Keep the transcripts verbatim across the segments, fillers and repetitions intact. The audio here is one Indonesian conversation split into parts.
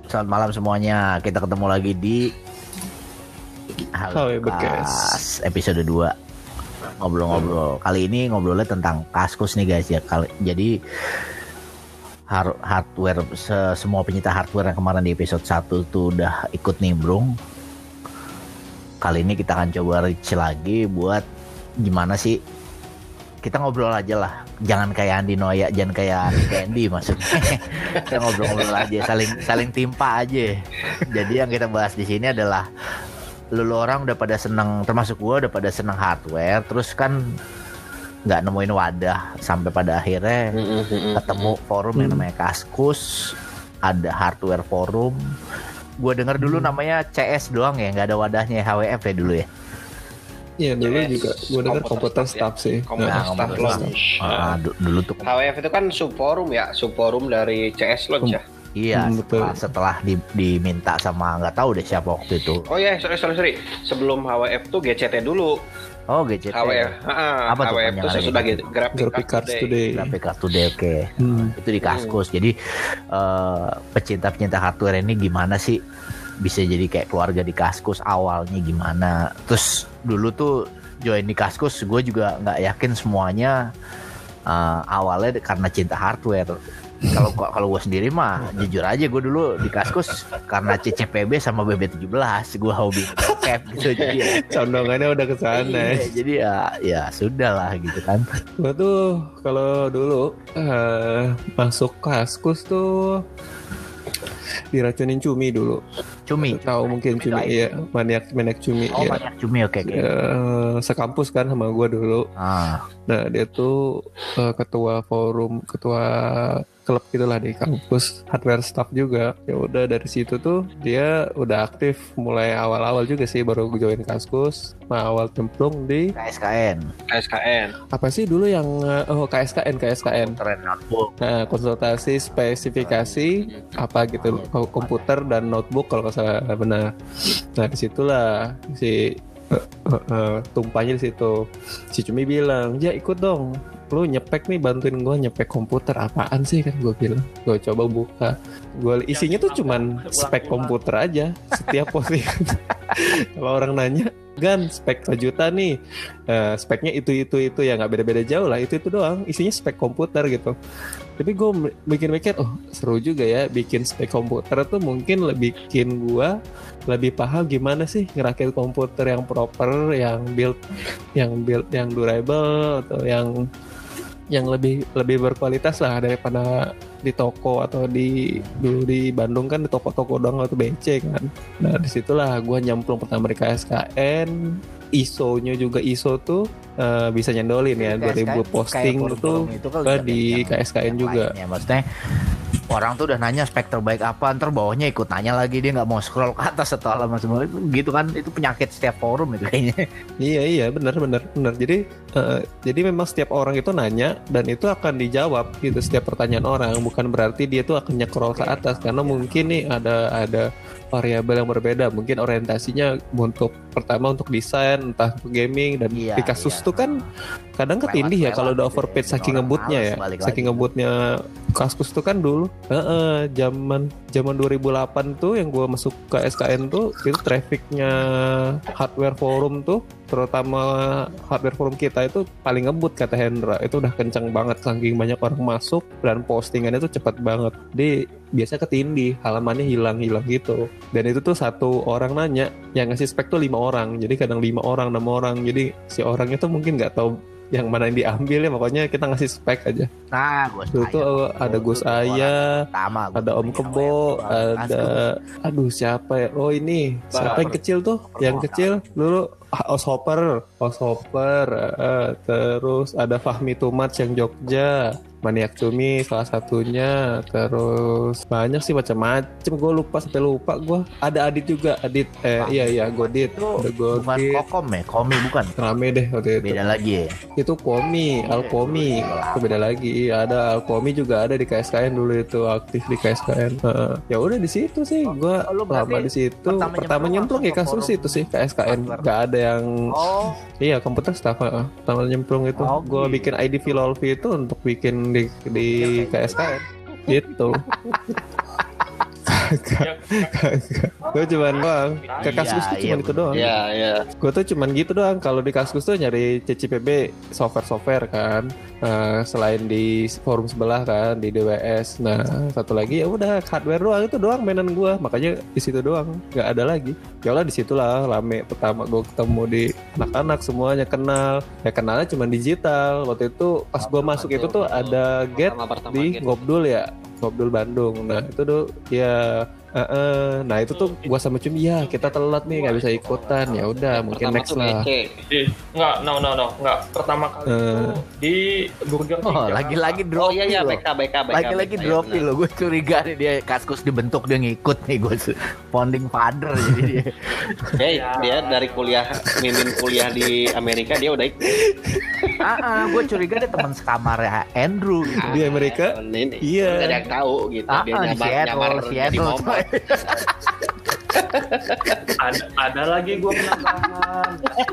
Selamat malam semuanya. Kita ketemu lagi di Halo Bekas episode dua. Ngobrol-ngobrol. Kali ini ngobrolnya tentang Kaskus nih guys ya. Kali, jadi hard, hardware se- semua pencinta hardware yang kemarin di episode satu tuh udah ikut nimbrung. Kali ini kita akan coba reach lagi buat gimana sih, kita ngobrol aja lah, jangan kayak Andi Noya, jangan kayak Candy maksudnya. Kita ngobrol-ngobrol aja, saling saling timpa aja. Jadi yang kita bahas di sini adalah lu orang udah pada seneng, termasuk gua udah pada seneng hardware, terus kan nggak nemuin wadah sampai pada akhirnya ketemu forum yang namanya Kaskus, ada hardware forum. Gua dengar dulu namanya C S doang ya, nggak ada wadahnya H W F ya dulu ya. Iya dulu yes, juga gue dengar komputer staff sih. Komputer nah, staff launch. Ah, d- dulu tuh H W F itu kan subforum ya, subforum dari C S launch ya. Iya, Hmm, setelah, setelah di, diminta sama nggak tahu deh siapa waktu itu. Oh iya, sorry sorry sorry. Sebelum H W F tuh G C T dulu. Oh, G C T. H W F. Heeh. Apa H tuh W F itu sesudah gitu. Graphic Cards Today. Graphic Cards Today, oke. Okay. Hmm. Itu di Kaskus. Jadi uh, pecinta-pecinta hardware ini gimana sih bisa jadi kayak keluarga di Kaskus, awalnya gimana? Terus dulu tuh join di Kaskus, gue juga nggak yakin semuanya uh, awalnya karena cinta hardware. Kalau kalau gue sendiri mah jujur aja, gue dulu di Kaskus karena C C P B sama B B tujuh belas, gue hobi cap gitu. Jadi ya, condongannya udah ke sana. iya, jadi ya ya sudah lah gitu kan. Gue tuh kalau dulu uh, masuk Kaskus tuh diracunin cumi dulu. Cumi. Tahu mungkin cumi, iya, maniak maniak cumi. Oh, ya. maniak cumi, oke. Okay, okay. Uh, sekampus kan sama gue dulu. Ah. Nah dia tuh uh, ketua forum, ketua klub gitulah di kampus, hardware staff juga. Ya udah dari situ tuh dia udah aktif mulai awal-awal juga sih, baru join Kaskus. Nah, awal cemplung di K S K N. K S K N. Apa sih dulu yang oh K S K N K S K N. Nah, konsultasi spesifikasi apa gitu, komputer dan notebook kalau nggak salah benar. Nah disitulah si uh, uh, uh, tumpahnya di situ. Si Cumi bilang, ya ikut dong, lu nyepek nih, bantuin gue nyepek komputer. Apaan sih kan gue bilang. Gue coba buka, gue isinya tuh cuman spek komputer aja setiap postingan. Kalau orang nanya, Gan spek sejuta nih, uh, speknya itu itu itu ya, nggak beda-beda jauh lah, itu itu doang, isinya spek komputer gitu. Tapi gue mikir-mikir, oh seru juga ya bikin spek komputer tuh, mungkin lebih bikin gue lebih paham gimana sih ngerakit komputer yang proper, yang build, yang build yang durable, atau yang yang lebih lebih berkualitas lah daripada di toko atau di dulu di Bandung kan di toko-toko doang atau B C kan. Nah disitulah gue nyemplung pertama di K S K N. I S O-nya juga I S O tuh uh, bisa nyendolin ya, dua ribu posting tuh kan di K S K N juga. Lainnya. Maksudnya orang tuh udah nanya spek terbaik apa, ntar bawahnya ikut nanya lagi, dia nggak mau scroll ke atas atau alamat semua gitu kan. Itu penyakit setiap forum itu kayaknya. Iya iya benar benar benar. Jadi uh, jadi memang setiap orang itu nanya dan itu akan dijawab gitu setiap pertanyaan orang. Bukan berarti dia tuh akan nyekrol ke atas, karena mungkin nih ada ada variabel yang berbeda. Mungkin orientasinya untuk pertama untuk desain, entah untuk gaming, dan iya, di kasus iya. tuh kan kadang ketindih ya kalau udah overpaid gitu, saking ngebutnya ya, saking ngebutnya Kaskus tuh kan dulu. Heeh, zaman zaman dua ribu delapan tuh yang gue masuk ke S K N tuh, itu trafficnya hardware forum tuh, terutama hardware forum kita itu paling ngebut kata Hendra. Itu udah kencang banget saking banyak orang masuk dan postingannya tuh cepat banget. Di biasa ketindih, halamannya hilang-hilang gitu. Dan itu tuh satu orang nanya, yang ngasih spek tuh lima orang. Jadi kadang lima orang, enam orang. Jadi si orangnya tuh mungkin nggak tahu yang mana yang diambil ya, pokoknya kita ngasih spek aja. Nah, Gus Ayah. Itu ada Gus Ayah, ada Om Kebo, ada aduh siapa ya? Oh ini, siapa yang kecil tuh? Yang kecil dulu Oshopper, Oshopper, uh, terus ada Fahmi Tumat yang Jogja, Maniak Cumi salah satunya, terus banyak sih macam-macam, gue lupa sampai lupa gue. Ada Adit juga, Adit, eh Fahmi, iya iya Godit, ada Godit. Bukan Kokom ya, Komi bukan? Rame deh waktu itu. Beda lagi ya? Itu Komi, Alkomi, itu beda lagi. Ada Alkomi juga ada di K S K N dulu, itu aktif di K S K N. Uh, ya udah di situ sih, gue oh, lama di situ. Pertama, pertama nyemplung ya kasus itu sih K S K N, nggak ada yang oh. Iya komputer staff, uh, pertama nyemplung itu. Oh, gue gitu. Bikin I D Vilolvi itu untuk bikin di di K S K N gitu. Kagak, kagak. Gue cuman doang. Ke Kaskus Iya, tuh cuman iya, itu doang. Iya, iya. Gue tuh cuman gitu doang. Kalau di Kaskus tuh nyari C C P B software-software kan. Uh, selain di forum sebelah kan di D W S. Nah satu lagi ya udah hardware doang, itu doang mainan gue. Makanya di situ doang, nggak ada lagi. Ya udah di situlah rame pertama gue ketemu di anak-anak semuanya kenal. Ya kenalnya cuma digital. Waktu itu pas gue masuk itu tuh ada get di Ngobdul ya, Ngobdul Bandung. Nah itu tuh ya. Uh, uh, nah itu tuh gua sama Cumi ya kita telat nih nggak bisa ikutan, ya udah mungkin next lah. Enggak, no no no, enggak. Pertama kali uh. itu di Burger King. Oh, lagi-lagi drop. Oh iya iya, B K B K B K. Lagi-lagi drop lo. Gue curiga nih dia Kaskus dibentuk dia ngikut nih gue founding father jadi dia. Hey, dia dari kuliah mimin kuliah di Amerika dia udah ikut. Ah, uh-uh, gue curiga dia teman sekamarnya Andrew gitu. Di Amerika. Ini, iya. Gak ada yang tahu gitu. Ah, dia uh, nyamar nyamar jadi momen. ada, ada lagi gue penambahan.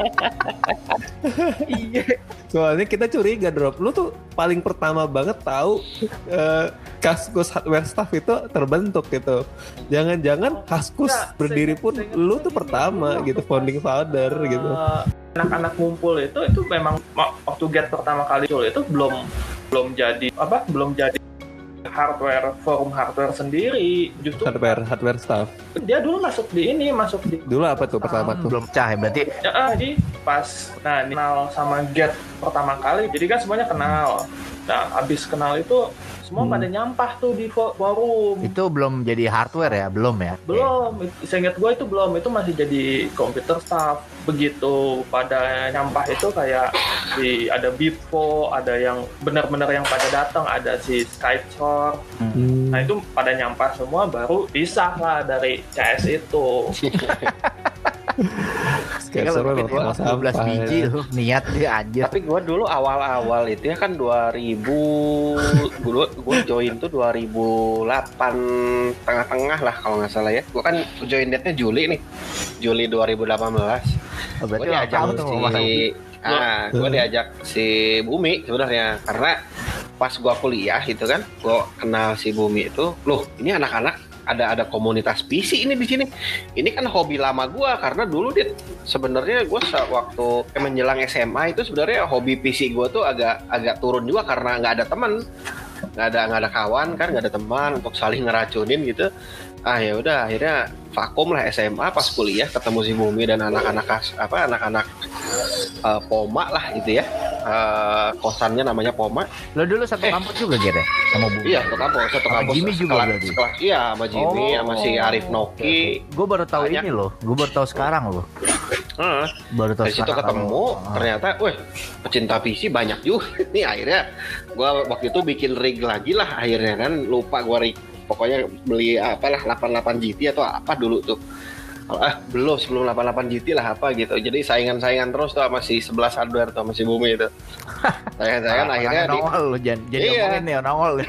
Iya. Soalnya kita curiga drop. Lu tuh paling pertama banget tahu uh, Kaskus hardware staff itu terbentuk gitu. Jangan-jangan Kaskus nah, berdiri pun lu tuh pertama gitu, founding father uh, gitu. Anak-anak ngumpul itu itu memang waktu get pertama kali itu belum belum jadi apa? Belum jadi hardware forum hardware sendiri, justru hardware hardware staff. Dia dulu masuk di ini, masuk di dulu apa tuh pertama tuh? Belum pecah ya berarti. Ya, jadi pas nah kenal sama Get pertama kali, jadi kan semuanya kenal. Nah, habis kenal itu semua hmm. pada nyampah tuh di forum. Itu belum jadi hardware ya, belum ya? Belum. Okay. Saya ingat gue itu belum, itu masih jadi komputer staff. Begitu pada nyampah itu kayak di ada Bipo, ada yang benar-benar yang pada datang, ada si Skyshore. Hmm. Nah itu pada nyampah semua, baru pisah lah dari C S itu. Sekarang dua belas biji loh niat dia anjir. Tapi gue dulu awal-awal itu ya kan dua ribu gue gue join tuh dua ribu delapan tengah-tengah lah kalau nggak salah ya. Gue kan join date-nya Juli nih, Juli dua ribu delapan belas. Oh, gue diajak si ah gue diajak si Bumi sebenarnya karena pas gue kuliah gitu kan, gue kenal si Bumi itu, loh ini anak-anak ada ada komunitas P C ini di sini. Ini kan hobi lama gue karena dulu dia sebenarnya gue waktu menjelang S M A itu sebenarnya hobi P C gue tuh agak agak turun juga karena nggak ada teman, nggak ada nggak ada kawan kan, nggak ada teman untuk saling ngeracunin gitu. Ah ya udah akhirnya vakum lah S M A, pas kuliah ketemu si Bumi dan anak-anak apa anak-anak uh, Poma lah gitu ya. Uh, kosannya namanya Poma. Lo dulu satu eh. kampus juga gitu ya sama Bumi? Iya satu kampus, satu kampus. Jimmy juga sekelas, berarti? Sekelas, iya sama Jimmy, oh, sama si Arif Noki. Gue baru tahu banyak. Ini loh, gue baru tahu sekarang loh. Uh, baru tahu dari situ ketemu, kamu. Ternyata, weh pecinta P C banyak juga. Nih akhirnya gue waktu itu bikin rig lagi lah akhirnya kan, lupa gue rig. Pokoknya beli apalah delapan puluh delapan G T atau apa dulu tuh. Ah, belum sebelum delapan puluh delapan G T lah apa gitu. Jadi saingan-saingan terus tuh sama si sebelas hardware tuh sama si Bumi itu. Saingan-saingan nah, akhirnya di nongol loh, jadi iya. Ngomongin nih nongol ya.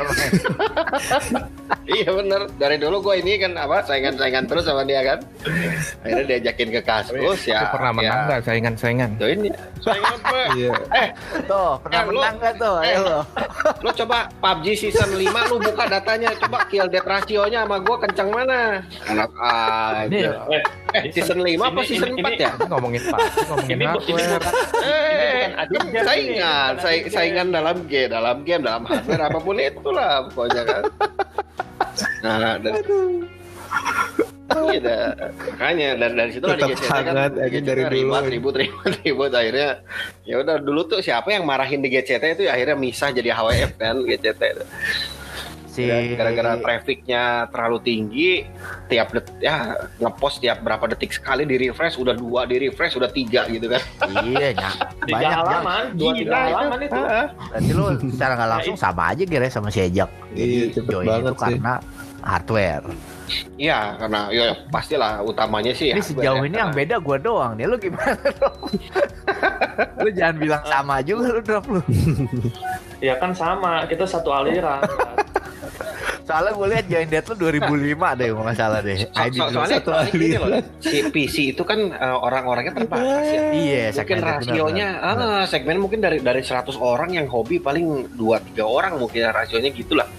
Iya bener, dari dulu gue ini kan apa saingan-saingan terus sama dia kan. Akhirnya diajakin ke Kaskus ya. Aku pernah menang enggak ya. saingan-saingan? Join ya. Saingan apa? Iya. Eh, tuh, pernah eh, menang enggak tuh? Eh, Ayo. Lo coba P U B G season lima lu buka datanya, coba kill death ratio-nya sama gue kencang mana? Enak aja. Eh, eh season lima apa season empat ya? Ngomongin Pak, ngomongin hardware. Eh, saingan, saingan dalam game, dalam game, dalam hardware apapun itulah pokoknya kan. Nah, dari iya dah. Makanya dari dari situ lah di G C T kan dari ribut ribut ribut ribut akhirnya ya udah dulu tuh siapa yang marahin di G C T itu ya, akhirnya misah jadi H W F kan G C T itu. Si... gara-gara trafficnya terlalu tinggi, tiap det ya ngepost tiap berapa detik sekali di refresh, udah dua di refresh udah tiga gitu kan. Iya nyak banyak halaman, dua tiga halaman itu. Berarti lo secara nggak langsung sama aja kira sama si Ejak. Jadi join itu karena hardware. Iya karena ya pastilah utamanya sih. Ini sejauh ini yang beda gue doang nih, lu gimana dong? Lu jangan bilang sama juga lu drop lu. Ya kan sama, kita satu aliran. Soalnya gue lihat join date lu dua ribu lima deh, nggak salah deh. So, so, soalnya satu aliran. Si P C itu kan uh, orang-orangnya terbatas ya. Iya, mungkin rasionya ah, segmen mungkin dari dari seratus orang yang hobi paling dua tiga orang mungkin rasionya gitulah.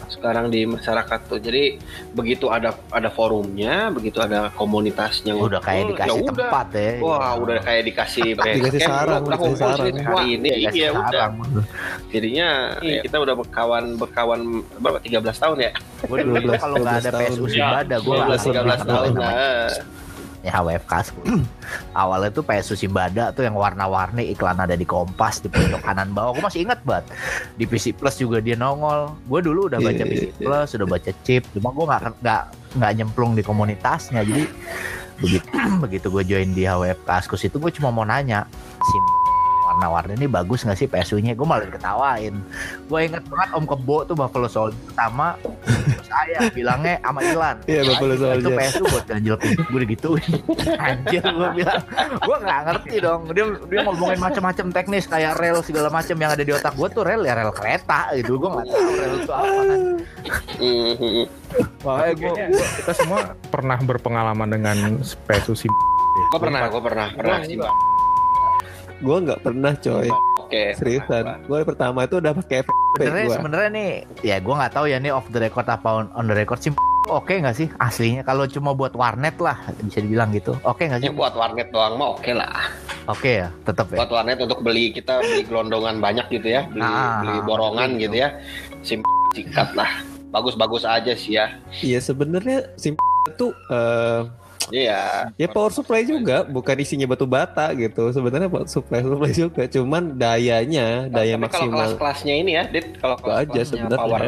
sekarang di masyarakat tuh. Jadi begitu ada ada forumnya, begitu ada komunitasnya, udah kayak dikasih ya tempat ya. Wah, udah kayak dikasih dikasih sarang, udah dikasih sarang hari ini. Iya udah. Sarang. Jadinya iya. kita udah berkawan berkawan berapa tiga belas tahun ya. Gue dulu kalau nggak ada P S U Simbada gue dua belas tiga belas tahun lah. Ya H W F Kaskus. Awalnya tuh P S U Simbada tuh yang warna-warni, iklan ada di Kompas di pojok kanan bawah. Gue masih ingat banget. Di P C Plus juga dia nongol. Gue dulu udah baca P C Plus, sudah baca chip. Cuma gue nggak nggak nggak nyemplung di komunitasnya. Jadi begitu begitu gue join di H W F Kaskus itu gue cuma mau nanya, sim warna-warni ini bagus nggak sih P S U-nya? Gue malah diketawain. Gue inget banget Om Kebo tuh Buffalo Soldier sama saya bilangnya sama Ilan. Iya Buffalo Soldier. Itu P S U buat ganjil pintu. Gue digituin. Anjir gue bilang. Gue nggak ngerti dong. Dia dia ngomongin macam-macam teknis kayak rel segala macam yang ada di otak gue tuh rel ya rel kereta gitu. Gue nggak tahu rel itu apa kan. Makanya gue kita semua pernah berpengalaman dengan P S U Sim. Gue pernah, gue pernah, pernah sih. Gue nggak pernah coy. Oke. Seriusan. Gue pertama itu udah pakai Sebenarnya sebenarnya nih, ya gue nggak tahu ya nih off the record apa on, on the record sih. Oke nggak sih aslinya? Kalau cuma buat warnet lah bisa dibilang gitu. Oke nggak sih? Ya, buat warnet doang mah oke lah. Oke ya, tetap ya. Buat warnet untuk beli kita beli gelondongan banyak gitu ya, beli ah, beli borongan gitu ya. Sim sikat lah. Bagus-bagus aja sih ya. Iya sebenarnya sim itu uh, Iya. ya power supply juga, bukan isinya batu bata gitu. Sebenarnya power supply supply juga, cuman dayanya, daya tapi maksimal. Kalau kelas-kelasnya ini ya, Dit, kalau kelas aja sebenarnya. Power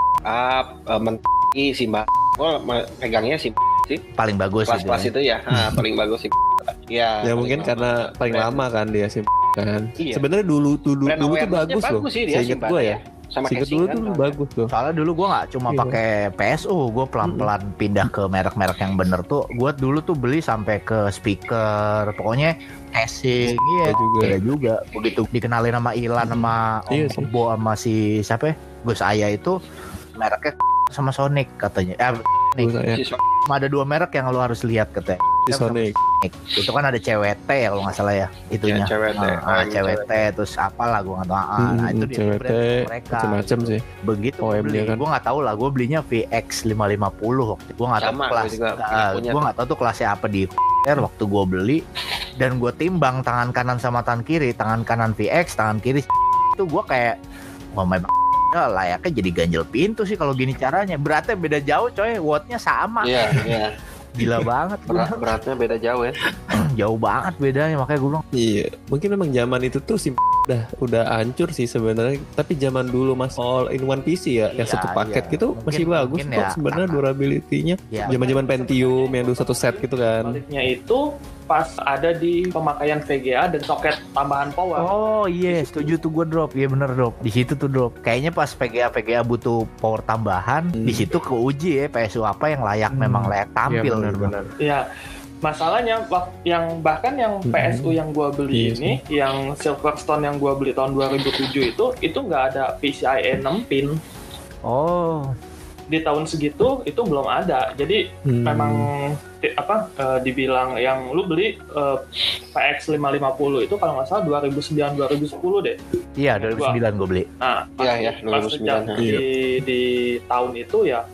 up, uh, menteri Simba, gua pegangnya sih sih. Paling bagus kelas-kelas itu ya, ha, paling bagus sih. Ya. Ya mungkin karena paling lama kan dia sim kan. Iya. Sebenarnya dulu tuh dulu, dulu tuh bagus loh. Saya ingat gue ya. Sama Singkat dulu tuh kan, bagus tuh. Soalnya dulu gue nggak cuma iya. pakai P S U, gue pelan-pelan hmm. pindah ke merek-merek yang bener tuh. Gue dulu tuh beli sampai ke speaker, pokoknya casing, iya juga. Iya juga. Begitu dikenalin sama Ilan sama Om iya Kebo sama si siapa? Ya? Gus Aya itu mereknya sama Sonic katanya. Eh, Sonic. Cuma ada dua merek yang lo harus lihat katanya. Si Sonic. Itu kan ada C W T ya kalau nggak salah ya itunya. Ya, C W T. Nah, ah, C W T terus apalah gue nggak tahu. Ah, hmm, nah itu C W T mereka. Macam-macam sih. Begitu O M D beli, kan. gue nggak tahu lah. Gue belinya V X lima lima nol waktu. Gue nggak tahu kelas. Uh, gue nggak tahu tuh kelasnya apa di waktu gue beli dan gue timbang tangan kanan sama tangan kiri, tangan kanan V X, tangan kiri itu gue kayak mau main layaknya jadi ganjel pintu sih kalau gini caranya. Beratnya beda jauh coy, wattnya sama. Iya, iya. Gila banget. Berat, beratnya beda jauh ya. Jauh banget bedanya makanya gue bilang. Iya, mungkin memang zaman itu tuh sim udah udah hancur sih sebenarnya. Tapi zaman dulu mas all in one P C ya, yang iya, satu paket iya. gitu mungkin, masih bagus kok ya, sebenarnya durability-nya. Ya, Zaman-zaman Pentium yang dulu satu set gitu kan. Baliknya itu pas ada di pemakaian V G A dan soket tambahan power. Oh iya, yes, setuju tuh gue drop. Iya bener drop. Di situ tuh drop. Kayaknya pas V G A V G A butuh power tambahan, hmm. di situ keuji ya P S U apa yang layak hmm. memang layak tampil. Iya benar. Iya. Masalahnya yang bahkan yang P S U yang gua beli yes. ini, yang Silverstone yang gua beli tahun dua ribu tujuh itu itu nggak ada P C I E enam pin. Oh. Di tahun segitu itu belum ada. Jadi hmm. memang apa uh, dibilang yang lu beli uh, P X lima lima nol itu kalau nggak salah dua ribu sembilan dua ribu sepuluh deh. Iya, dua ribu sembilan gue beli. Nah, iya ya, dua ribu sembilan. Pas di, di tahun itu ya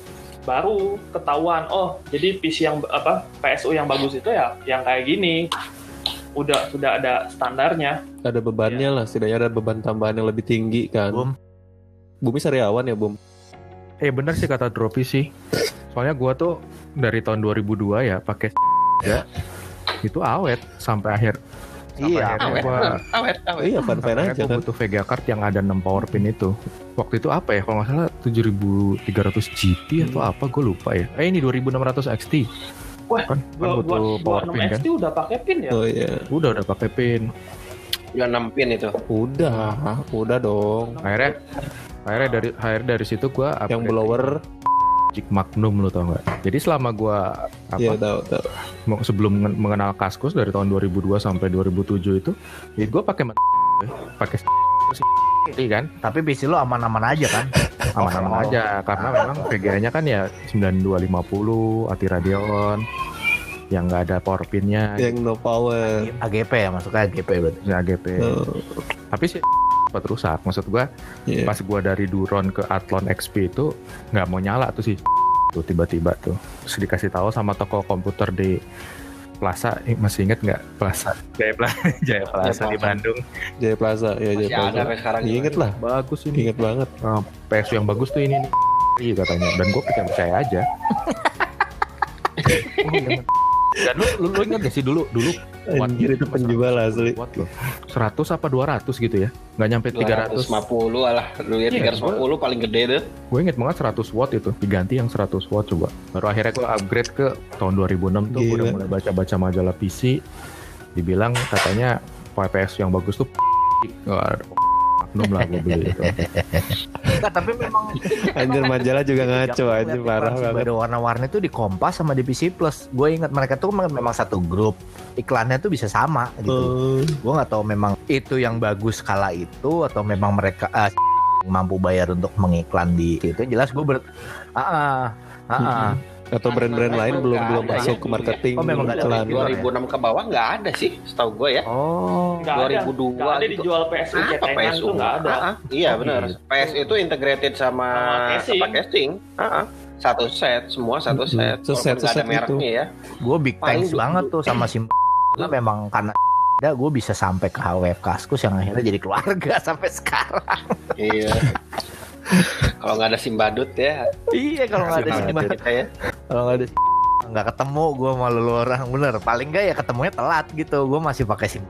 baru ketahuan oh jadi P C yang apa P S U yang bagus itu ya yang kayak gini. Udah sudah ada standarnya. Ada bebannya ya. Lah, setidaknya ada beban tambahan yang lebih tinggi kan. Bum. Bumi Sariawan ya, Bum. Eh bener sih kata Dropi sih. Soalnya gua tuh dari tahun dua ribu dua ya pakai ya. Itu awet sampai akhir. Sampai iya, awet, gua, awet, awet. Iya, fun-fun aja kan. Butuh V G A card yang ada enam power pin itu. Waktu itu apa ya? Kalau nggak salah tujuh ribu tiga ratus G T atau apa, gue lupa ya. Eh ini dua ribu enam ratus X T. Wah, kan, kan butuh power pin kan? X T udah pakai pin ya? Oh iya. Udah udah pakai pin. Ya enam pin itu. Udah, udah dong. Akhirnya akhirnya dari akhirnya dari situ gue yang blower Jik Magnum lo tau nggak? Jadi selama gue apa? Iya tahu tahu. Sebelum mengenal Kaskus dari tahun dua ribu dua sampai dua ribu tujuh itu, ya gue pakai pakai kan. Tapi P C lo aman-aman aja kan? Aman-aman oh, aja karena memang V G A-nya kan ya sembilan dua lima nol Ati Radeon yang nggak ada power pin-nya. Yang no power. A G P ya, masuknya A G P berarti. Ya, A G P. Oh. Tapi sih cepat rusak. Maksud gue Yeah. pas gue dari Duron ke Athlon X P itu nggak mau nyala tuh sih tuh tiba-tiba tuh. Terus dikasih tahu sama toko komputer di Plaza, eh, masih inget nggak Plaza? Jaya Plaza, Jaya Plaza di Bandung. Jaya Plaza, ya Jaya Masih Plaza. ada sampai sekarang Iya, juga. inget lah, Bagus ini. inget banget. Uh, P S yang bagus tuh ini nih. Iya katanya. Dan gue percaya percaya aja. Oh, iya. Dan lu, lu, lu ingat gak sih dulu dulu Anjir, itu penjual asli. Watt loh. seratus apa dua ratus gitu ya? Nggak nyampe tiga dua ratus. ratus lima puluh lah. Dulu ya Iya, tiga ratus lima puluh paling gede deh. Gue inget banget seratus watt itu. Diganti yang seratus watt coba. Baru akhirnya gue upgrade ke tahun dua ribu enam tuh. Gue udah Gila. mulai baca-baca majalah P C. Dibilang katanya P S yang bagus tuh Wah, belum lah gue beli itu. Enggak, tapi memang Anjir, majalah juga ngaco Aku aja, liat parah iklan banget. Ada warna-warni tuh di Kompas sama di P C Plus. Gue ingat mereka tuh memang memang satu grup. Iklannya tuh bisa sama gitu. Oh. Gue nggak tahu memang itu yang bagus kala itu atau memang mereka ah, mampu bayar untuk mengiklan di situ. Jelas gue ber ah ah ah, ah. Atau brand-brand lain belum belum Nggak ada masuk ya. ke marketing. Oh, memang nggak ada. iklan. dua ribu enam ke bawah nggak ada sih, setahu gue ya. Oh, Nggak ada. dua ribu dua Nggak ada gitu. dijual P S U Apa cetengan P S U? tuh nggak ada. Ah, ah. Iya Oh, benar. gitu. P S itu integrated sama Sama casing. apa casing. Ah, ah. Satu set, semua satu Mm-mm. set. Seset, Walaupun nggak ada seset mereknya ya. gue big Paling thanks dulu- banget tuh sama Sim. Karena memang karena ada gue bisa sampai ke H W F Kaskus yang akhirnya jadi keluarga sampai sekarang. Iya. Kalau nggak ada Simbadut ya. Iya, kalau nggak ada Simbadut Simbadut, kita ya. kalau nggak ada nggak ketemu gue sama lu orang bener. Paling nggak ya ketemunya telat gitu. Gue masih pakai Sim.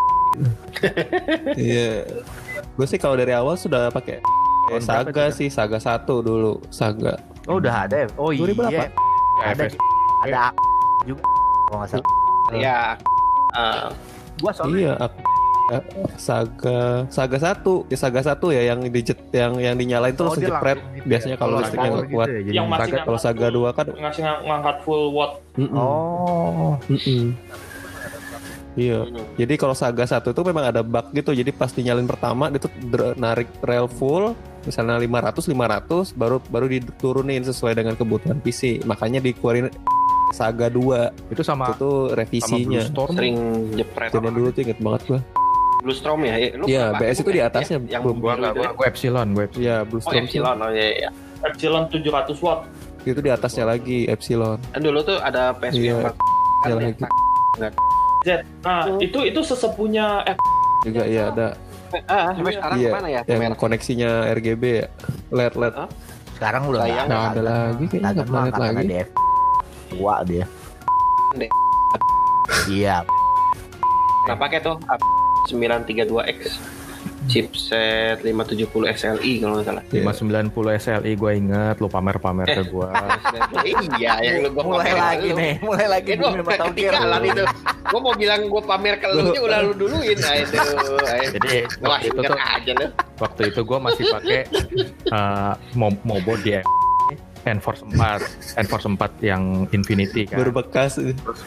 Iya. Gue sih kalau dari awal sudah pakai Tahun Saga berapa itu? sih, Saga satu dulu, Saga. Oh udah ada ya? Oh dua ribu iya. delapan. Ada F S. ada juga kalau nggak salah. Iya. Ah, Gue soalnya Iya, aku eh, Saga Saga satu, ya Saga satu ya yang dijet yang yang dinyalain tuh Oh, langsung dia jepret. langsung gitu ya. Biasanya kalau Kalau listriknya Saga nggak kuat. gitu ya, jadi Yang masih Saga kalau Saga dua kan. ngasih ng- ngangkat full watt. mm-mm, oh mm-mm. Iya. hmm. Jadi kalau Saga satu itu memang ada bug gitu. Jadi pas dinyalin pertama dia tuh dr- narik rel full, misalnya lima ratus lima ratus baru baru diturunin sesuai dengan kebutuhan P C. Makanya dikeluarin Saga dua. Itu sama Itu tuh sama revisinya. Blue Storm. Sering jepret. Jadi dulu tuh inget banget gua. Blue Storm ya. Lu Iya, apa? B S itu di atasnya. Yang Belum. Gua biru enggak, itu gua, ya? gua Epsilon, gua Epsilon. Iya, Blue Oh Storm. Epsilon, oh iya, iya. Epsilon tujuh ratus watt. Itu di atasnya lagi Epsilon. Dan dulu tuh ada P S U Iya. yang Iya kan ya, lagi. Z. Nah, itu itu sesepunya F. Juga iya ada Ah, sampai sekarang Iya, kemana ya? yang Merek. koneksinya R G B ya. L E D L E D. Hah? sekarang udah nggak Sayang, ada. nggak ada lagi, kayaknya Nggak nggak ada planet karena lagi. D F. Tua dia. D- Iya. Nah pakai tuh sembilan tiga dua X chipset lima tujuh nol X L I kalau nggak salah. lima sembilan nol S L I gue inget, lu pamer-pamer ke gue. Iya, yang lu gua mulai pamer lagi lu. nih, mulai lagi Itu bumi mata ukir. ketinggalan itu. Gua mau bilang gua pamer ke lu nya udah lu duluin. Nah, itu. Ayo. Jadi Wah, waktu itu inget tuh, aja lu. waktu itu gue masih pakai uh, mo- Mobo di Enforce empat, Enforce empat yang Infinity kan. Berbekas.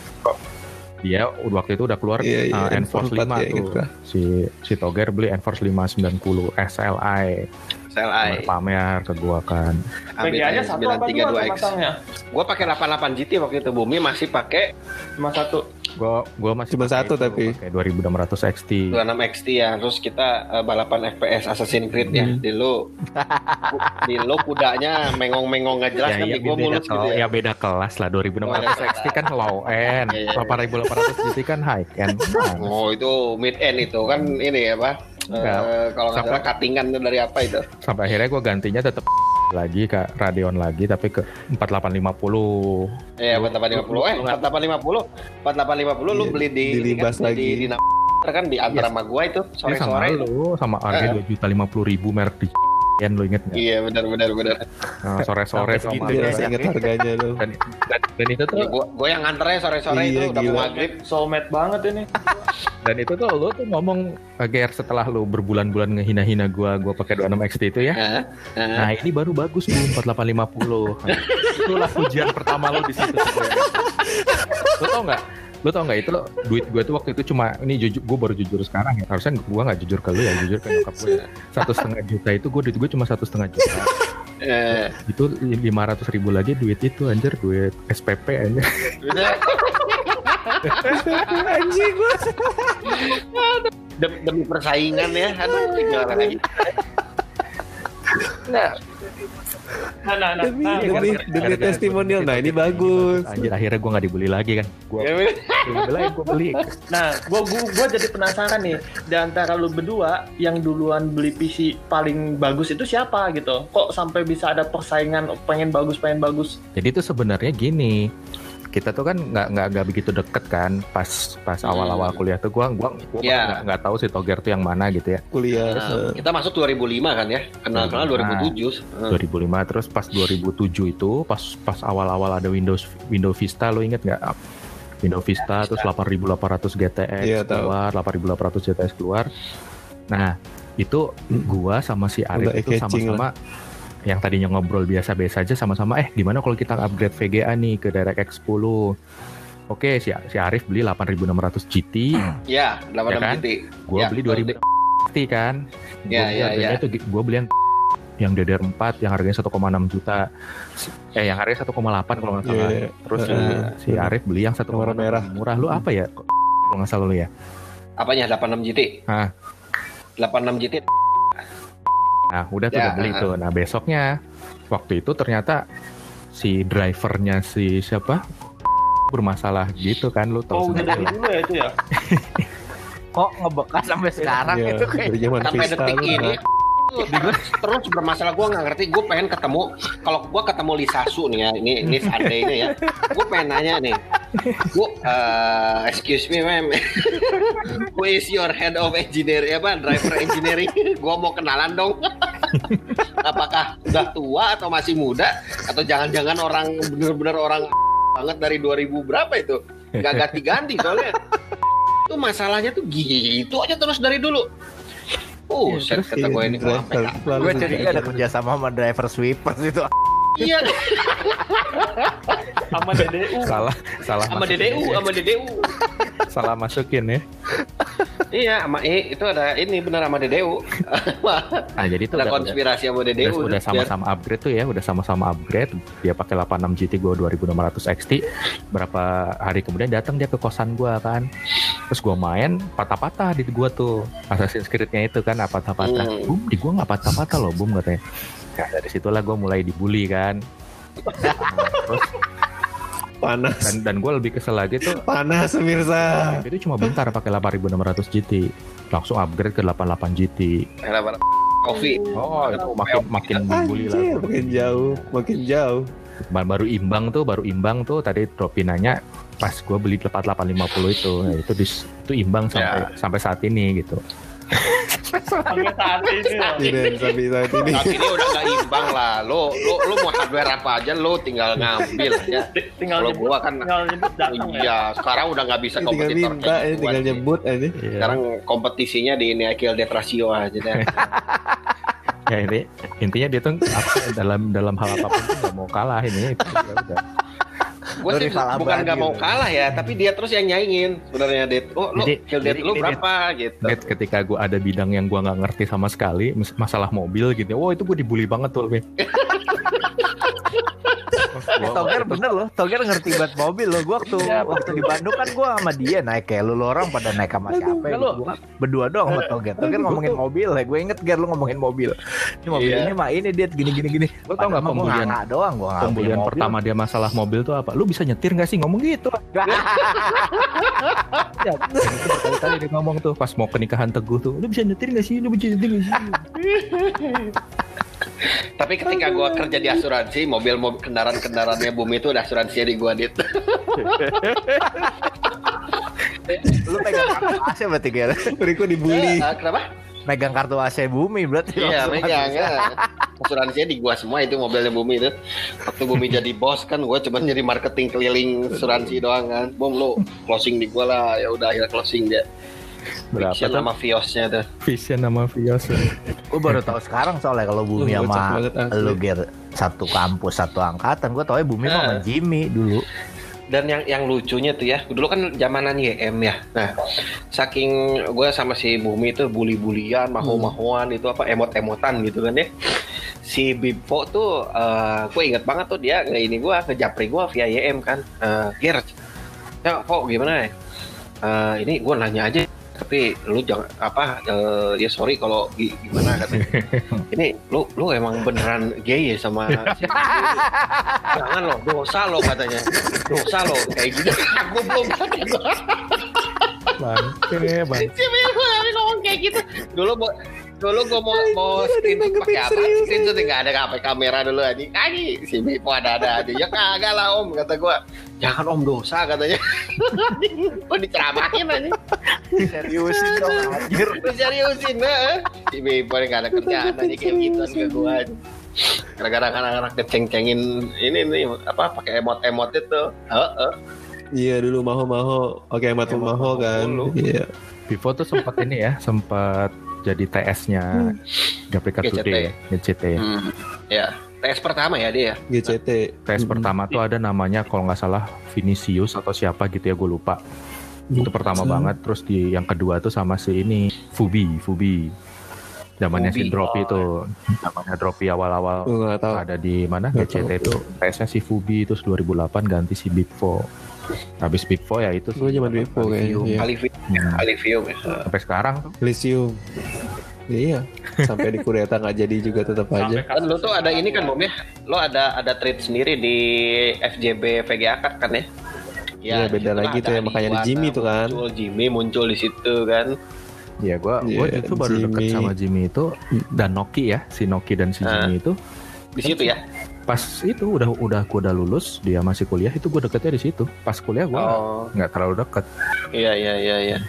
Dia waktu itu udah keluar Iya, iya, uh, Enforce Enforce empat lima ya, tuh. inget gua. Si si Toger beli Enforce lima sembilan nol S L I. S L I. Pamer ke gua kan. Ambil V G A-nya aja satu apa dua tuh X. masangnya? Gua pakai delapan puluh delapan G T waktu itu. Bumi masih pakai Cuma satu. Gua gua masih Cuma pakai satu itu, tapi. pakai dua ribu enam ratus X T. dua puluh enam X T ya. Terus kita eh, balapan F P S Assassin's Creed ya. Hmm. Di lu di lu kudanya mengong-mengong nggak jelas Ya, kan iya, di gua beda, mulut gitu kelas, ya. ya beda kelas lah. dua ribu enam ratus Oh, iya. X T kan low end, Iya, iya, iya. delapan ribu delapan ratus G T kan high end. Nah, Oh itu mid end itu kan ini ya apa? Enggak. Eh, kalau nggak Sampai- salah cuttingan tuh dari apa itu? sampai akhirnya gua gantinya tetap lagi ke Radeon lagi tapi ke empat delapan lima nol. Iya empat delapan lima nol. Eh empat delapan lima nol. empat delapan lima nol lu Iya, beli di di ini Libas kan, lagi. Di, di, di kan di antara Iya. sama gua itu Ini sama sore-sore. lu sama harga Eh. dua juta lima puluh ribu merek di Yen, lu inget nggak? Iya benar benar benar. Nah, sore-sore Sampai sama segitu Dia ya. masih inget harganya tuh. dan, dan, dan itu tuh Ya, gua gua yang nganternya sore-sore Iya, itu udah gila. mau maghrib. Soulmate banget ini. dan itu tuh lu tuh ngomong G R setelah lu berbulan-bulan ngehina-hina gua gua pakai dua puluh enam X T itu ya. Hah? Hah? Nah, ini baru bagus Bu empat delapan lima nol. Itulah pujian pertama lu di situ sebenarnya. Lu tau nggak? Lu tau nggak itu duit gue tuh waktu itu cuma ini jujur gue baru jujur sekarang ya. Harusnya gue nggak jujur ke lu ya, jujur ke nyokap gue. Satu setengah juta itu gue duit gue cuma satu setengah juta. Eh, Itu lima ratus ribu lagi duit itu anjir, duit S P P anjir. udah. Anjing gua. demi, demi persaingan ya. Aduh, tinggal lagi. Nah, Nah, nah, nah, Demi, nah, demi, kan- demi testimonial. Nah ini bagus. Anjir akhirnya gue nggak dibully lagi kan. Gue beli, gue beli. Nah, gua, gua gua jadi penasaran nih, di antara lu berdua yang duluan beli P C paling bagus itu siapa gitu? Kok sampai bisa ada persaingan pengen bagus pengen bagus? Jadi itu sebenarnya gini. Kita tuh kan nggak nggak nggak begitu deket kan pas pas Hmm. awal-awal kuliah tuh gua gua gua Ya. nggak nggak tahu si Toger tuh yang mana gitu ya. Kuliah. Nah, kita masuk dua ribu lima kan ya, kenal-kenal dua ribu tujuh. dua ribu lima terus pas dua ribu tujuh itu pas pas awal-awal ada Windows Windows Vista lo inget nggak? Windows Vista terus delapan ribu delapan ratus G T X Iya, tahu. keluar, delapan ribu delapan ratus G T X keluar. Nah, itu gua sama si Arif Udah itu eye-catching sama-sama yang tadinya ngobrol biasa-biasa aja sama-sama eh gimana kalau kita upgrade V G A nih ke DirectX sepuluh. Oke, si si Arif beli delapan ribu enam ratus G T, Ya, delapan puluh enam Ya kan? G T. gua Ya, beli betul. dua ribu G T kan. Ya, Gua beli ya, harganya ya. itu gua beli yang yang D D R empat yang harganya satu koma enam juta. Eh yang harganya satu koma delapan kalau nggak salah. Iya, iya. Terus si, Heeh. si Arif beli yang satu Warna merah. murah. Lu apa ya? Kok kalau nggak salah lu ya? Apanya delapan puluh enam G T? Hah. delapan puluh enam G T. Nah, udah tuh Ya, udah beli uh-uh. tuh. Nah, besoknya waktu itu ternyata si drivernya si siapa? Bermasalah gitu kan lu tahu Oh, udah sendiri dari lah. dulu ya itu ya? Kok ngebekas sampai sekarang Iya, itu kayak dari zaman Sampai Vista detik lu ini nggak- terus bermasalah. Gue nggak ngerti, gue pengen ketemu, kalau gue ketemu Lisasu nih ya, ini ini seandainya ya, gue pengen nanya nih, gue uh, excuse me ma'am, who is your head of engineering, apa driver engineering? Gue mau kenalan dong. Apakah udah tua atau masih muda, atau jangan-jangan orang bener-bener orang banget dari dua ribu berapa itu, nggak ganti-ganti soalnya. Itu masalahnya tuh gitu aja terus dari dulu. Oh, Iya, set terus kata si gue ini driver apa ya? selalu gue suka curiga ada gitu. kerja sama sama driver sweepers itu. Iya, Sama D D U. Salah, salah sama D masukin D U, ya. sama D D U. Salah masukin ya. Iya, sama E itu ada ini benar sama D D U. Nah, jadi itu Ada udah, konspirasi sama D D udah, U. udah sama-sama upgrade tuh ya, udah sama-sama upgrade. Dia pakai delapan puluh enam G T, gua dua ribu enam ratus X T. Berapa hari kemudian datang dia ke kosan gua kan. Terus gua main patah-patah di gua tuh. Assassin's Creed-nya itu kan patah-patah. Hmm. Bum, di gua nggak patah-patah loh, Bum katanya. Nah, dari situlah gua mulai dibully kan. Terus Panas. dan dan gue lebih kesel lagi tuh Panas pemirsa. itu cuma bentar pakai delapan ribu enam ratus G T langsung upgrade ke delapan puluh delapan G T. Kopi. Oh itu makin makin dibully lah. Anjir, makin jauh, makin jauh. Baru imbang tuh, baru imbang tuh tadi Tropi nanya pas gue beli empat delapan lima nol itu, nah, itu dis, itu imbang sampai sampai saat ini gitu. Sampai saat ini loh. Ini sampai saat ini. Saat ini udah nggak imbang lah. Lo lo lo mau hardware apa aja lo tinggal ngambil aja. Di- Tinggal Kalau nyebut, gua kan tinggal nyebut datang ya. Iya, sekarang udah nggak bisa Tinggal kompetitor minta, kayak ya, gua tinggal sih. nyebut aja. Iya. Sekarang kompetisinya di ini kill death ratio aja deh. Ya ini intinya dia tuh apa, dalam dalam hal apapun tuh nggak mau kalah ini. Itu, ya udah. Gue Lo sih rival bukan abadi nggak mau lo. kalah ya, tapi dia terus yang nyaingin sebenarnya Det. Oh lo Jadi- kill death jadi lu ini, berapa gitu. Net, ketika gue ada bidang yang gue nggak ngerti sama sekali, mis- masalah mobil gitu, wah itu gue dibully banget tuh. Be. Eh, Toger bener loh, Toger ngerti banget mobil loh. Gue waktu Iya, waktu di Bandung kan gue sama dia naik kayak lu, lu orang pada naik sama siapa? Aduh, Gitu. Gua berdua doang sama Toger. Toger ngomongin mobil, ya gue inget Ger lu ngomongin mobil. Ini mobil Iya. ini mah ini dia gini gini gini. Lo tau nggak pembulian Nggak doang gue nggak pembulian mobil. pertama dia masalah mobil tuh apa? Lu bisa nyetir nggak sih? Ngomong gitu. Ya, itu berkali-kali dia ngomong tuh pas mau ke nikahan Teguh tuh, lu bisa nyetir nggak sih? Lu bisa nyetir nggak sih? Tapi ketika gua kerja di asuransi, mobil mobil kendaraan-kendaraannya Bumi itu udah asuransinya di gua Dit. Lu pegang kartu A C berarti Ger. Berikut dibully. Eh, kenapa? Megang kartu A C Bumi berarti. Iya, langsung megang masuk. ya. Asuransinya di gua semua itu mobilnya Bumi itu. Waktu Bumi jadi bos kan gua cuma jadi marketing keliling asuransi doang kan. Bom lo closing di gua lah. Ya udah akhirnya closing dia. Berapa Vision tuh? sama Viosnya tuh. Vision sama Vios. Gue baru tahu sekarang soalnya kalau Bumi Lu sama kocak banget, asli. lu Ger satu kampus satu angkatan. Gue tau Bumi mah sama Eh. Jimmy dulu. Dan yang yang lucunya tuh ya, dulu kan zamanan Y M ya. Nah, saking gue sama si Bumi itu bully-bulian, maho-mahoan itu apa emot-emotan gitu kan ya. Si Bippo tuh, uh, gue inget banget tuh dia nge ini gue ngejapri gue via Y M kan. Uh, Ger, ya kok gimana ya? Uh, ini gue nanya aja tapi lu jangan apa uh, ya sorry kalau gimana katanya. Ini lu lu emang beneran gay ya sama si jangan lo dosa lo katanya. Dosa lo kayak gitu. Aku belum kata gua. Bangke, bang. Si Bimo ngomong kayak gitu. Dulu mau dulu gue mau mau screenshot pakai apa? Screenshot nggak ada pakai kamera dulu aja. Ani si Bimo ada-ada aja. Ya kagak lah om kata gue. Jangan om dosa katanya. Kok diceramahin aja. Seriusin dong anjir. Seriusin nah. Si Bimo nggak ada kerjaan aja kayak gitu ke gue. Gara-gara anak-anak keceng-cengin ini nih apa pakai emot-emot itu. Heeh. Iya dulu maho-maho, oke matu maho kan. Iya. Vivo tuh sempat ini ya, sempat jadi T S-nya Gaprica Today, G C T. Hmm. Ya, T S pertama ya dia. G C T. T S pertama tuh ada namanya kalau nggak salah Vinicius atau siapa gitu ya, gue lupa. Itu pertama banget. Terus di yang kedua tuh sama si ini Fubi, Fubi. Zamannya si Dropi itu, zamannya Dropi awal-awal ada di mana G C T itu T S-nya si Fubi, terus dua ribu delapan ganti si Bipfo. Habis Bipfo ya itu gue zaman Bipfo kayaknya. Alivium, Alivium ya. Sampai sekarang tuh. Lithium. Iya. Sampai di Kureta nggak jadi juga tetap aja. Kan lo tuh ada ini kan Bom ya, lo ada ada trade sendiri di F J B V G A Card kan ya? Ya, ya beda lagi tuh ya, makanya di Jimmy tuh kan. Muncul Jimmy muncul di situ kan. Ya gue yeah, gue itu baru Jimmy. Deket sama Jimmy itu dan Noki ya, si Noki dan si nah, Jimmy itu di situ ya. Pas itu udah udah gue udah lulus, dia masih kuliah, itu gue deketnya di situ. Pas kuliah gue nggak oh. terlalu deket. Iya iya iya. iya.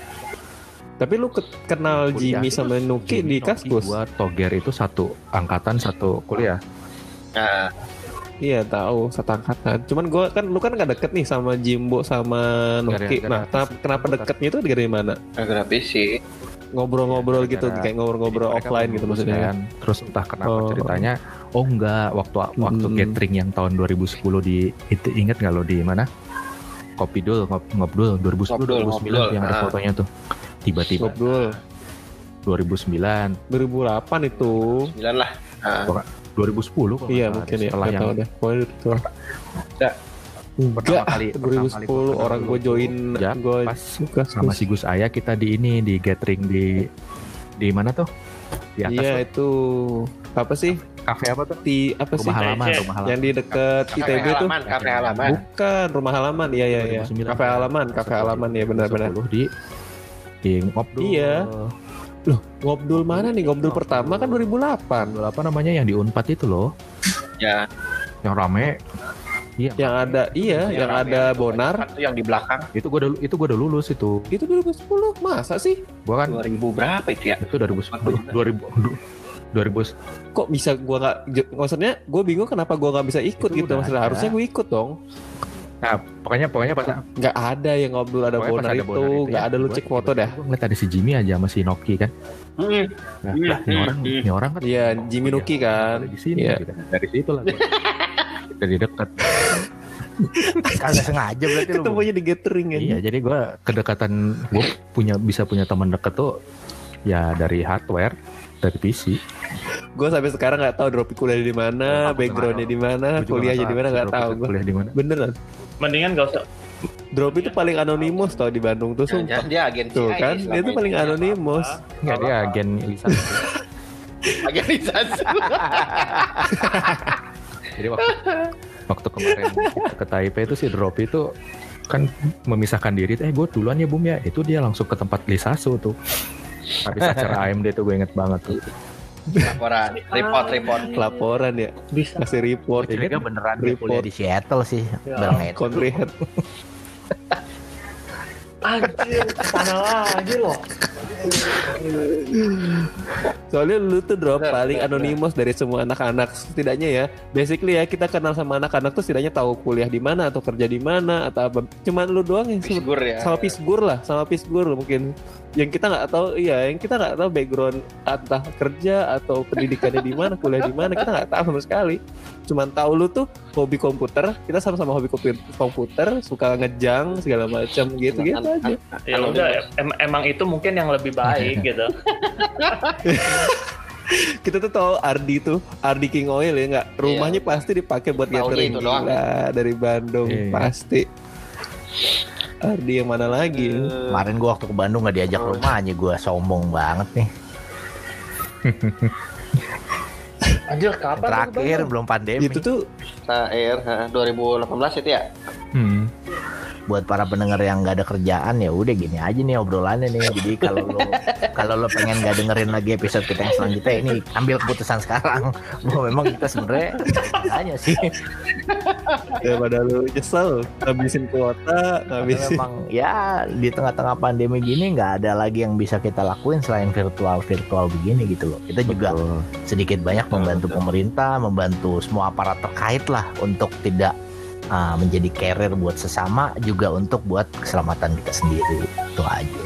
Tapi lu ke- kenal kuliah, Jimmy sama Noki di Kaskus? Gue Toger itu satu angkatan satu kuliah. Nah. Iya tahu satu angkatan. Cuman gue kan lu kan nggak deket nih sama Jimbo sama Noki. Nah kenapa, kenapa deketnya itu dari mana? Gara-gara P C. Ngobrol-ngobrol gitu, kayak ngobrol-ngobrol offline gitu maksudnya kan. Terus entah kenapa oh. ceritanya, oh enggak, waktu waktu hmm. gathering yang tahun dua ribu sepuluh di itu inget nggak lo di mana? Kopidul, ngop, ngobdul dua ribu sepuluh dua ribu sembilan yang ada fotonya tuh. Tiba-tiba. Ngobdul. dua ribu sembilan dua ribu delapan itu. sembilan lah. Nah. dua ribu sepuluh kok. Iya mungkin ya. Setelah yang udah. Pokoknya itu. Enggak. Pertama kali dua ribu sepuluh orang gue join gue pas sama si Gus Aya kita di ini di gathering di di mana tuh di atas iya tuh. Itu apa sih kafe apa tuh di apa rumah sih halaman, rumah halaman yang di dekat I T B tuh kafe halaman bukan rumah halaman iya iya iya kafe halaman kafe halaman ya benar-benar di di ngobdul iya loh ngobdul mana nih ngobdul pertama kan dua ribu delapan dua ribu delapan namanya yang di Unpad itu loh ya yang rame. Iya, yang ada iya yang, yang ada Bonar itu yang di belakang itu gue udah itu gue udah lulus itu itu dua ribu sepuluh masa sih gua kan dua ribu berapa itu ya itu dua ribu sepuluh dua ribu dua ribu kok bisa gue nggak maksudnya gue bingung kenapa gue nggak bisa ikut itu gitu maksudnya ada. Harusnya gue ikut dong. Nah pokoknya pokoknya pas nggak ada yang ngobrol ada Bonar itu nggak ada, ya, lu cek foto dah. Gue ngeliat ada si Jimmy aja sama si Noki kan. Hmm. Nah, hmm. lah, ini orang ini orang kan iya Jimmy Noki kan di sini ya. Gitu. Dari situ lah dari dekat. Kagak sengaja berarti lu. Ketemunya di gathering kan. Iya, jadi gue kedekatan gue punya bisa punya teman dekat tuh ya dari hardware, dari P C. Gue sampai sekarang nggak tahu Dropi kuliah di mana, backgroundnya di mana, kuliahnya di mana nggak tahu gue. Kuliah di mana? Beneran. Mendingan gak usah. Dropi itu paling anonimus tau di Bandung tuh sumpah. Dia agen tuh kan, dia tuh paling anonimus. Nggak dia agen lisan. Agen lisan. Jadi waktu waktu kemarin kita ke Taipei itu si Dropi itu kan memisahkan diri, eh gue duluan ya Bum ya, itu dia langsung ke tempat Lisasu tuh. Habis acara A M D tuh gue inget banget tuh. Laporan, report, report, laporan ya. Bisa kasih report. Jadi kan beneran kuliah di Seattle sih, bareng itu. Kontrihat. Anjir, sana lagi loh. Soalnya lu tuh Drop paling anonimus dari semua anak-anak setidaknya ya. Basically ya kita kenal sama anak-anak tuh setidaknya tahu kuliah di mana atau kerja di mana atau apa. Cuman lu doang yang Pisgur ya. Sama Pisgur lah, sama Pisgur mungkin. Yang kita nggak tahu, iya, yang kita nggak tahu background entah kerja atau pendidikannya di mana, kuliah di mana, kita nggak tahu sama sekali. Cuman tahu lu tuh hobi komputer, kita sama-sama hobi komputer, suka ngejang segala macam gitu-gitu aja. Ya udah, em- emang itu mungkin yang lebih baik gitu. Kita tuh tahu Ardi tuh, Ardi King Oil ya nggak, rumahnya iya. Pasti dipakai buat gathering gila dari Bandung, iya. Pasti. Ardi yang mana lagi? Kemarin gue waktu ke Bandung nggak diajak oh. rumahnya, gue sombong banget nih. Anjir, kapan terakhir belum pandemi. Itu tuh terakhir dua ribu delapan belas itu ya. Hmm. Buat para pendengar yang nggak ada kerjaan ya udah gini aja nih obrolannya nih. Jadi kalau lo kalau lo pengen nggak dengerin lagi episode kita yang selanjutnya, ini ambil keputusan sekarang. Bahwa memang kita sebenarnya hanya sih. Daripada lu nyesel ngabisin kuota, ngabisin. Memang ya di tengah-tengah pandemi gini nggak ada lagi yang bisa kita lakuin selain virtual virtual begini gitu loh. Kita juga Betul. sedikit banyak membantu Betul. pemerintah, membantu semua aparat terkait lah untuk tidak Uh, menjadi carrier buat sesama, juga untuk buat keselamatan kita sendiri. Itu aja.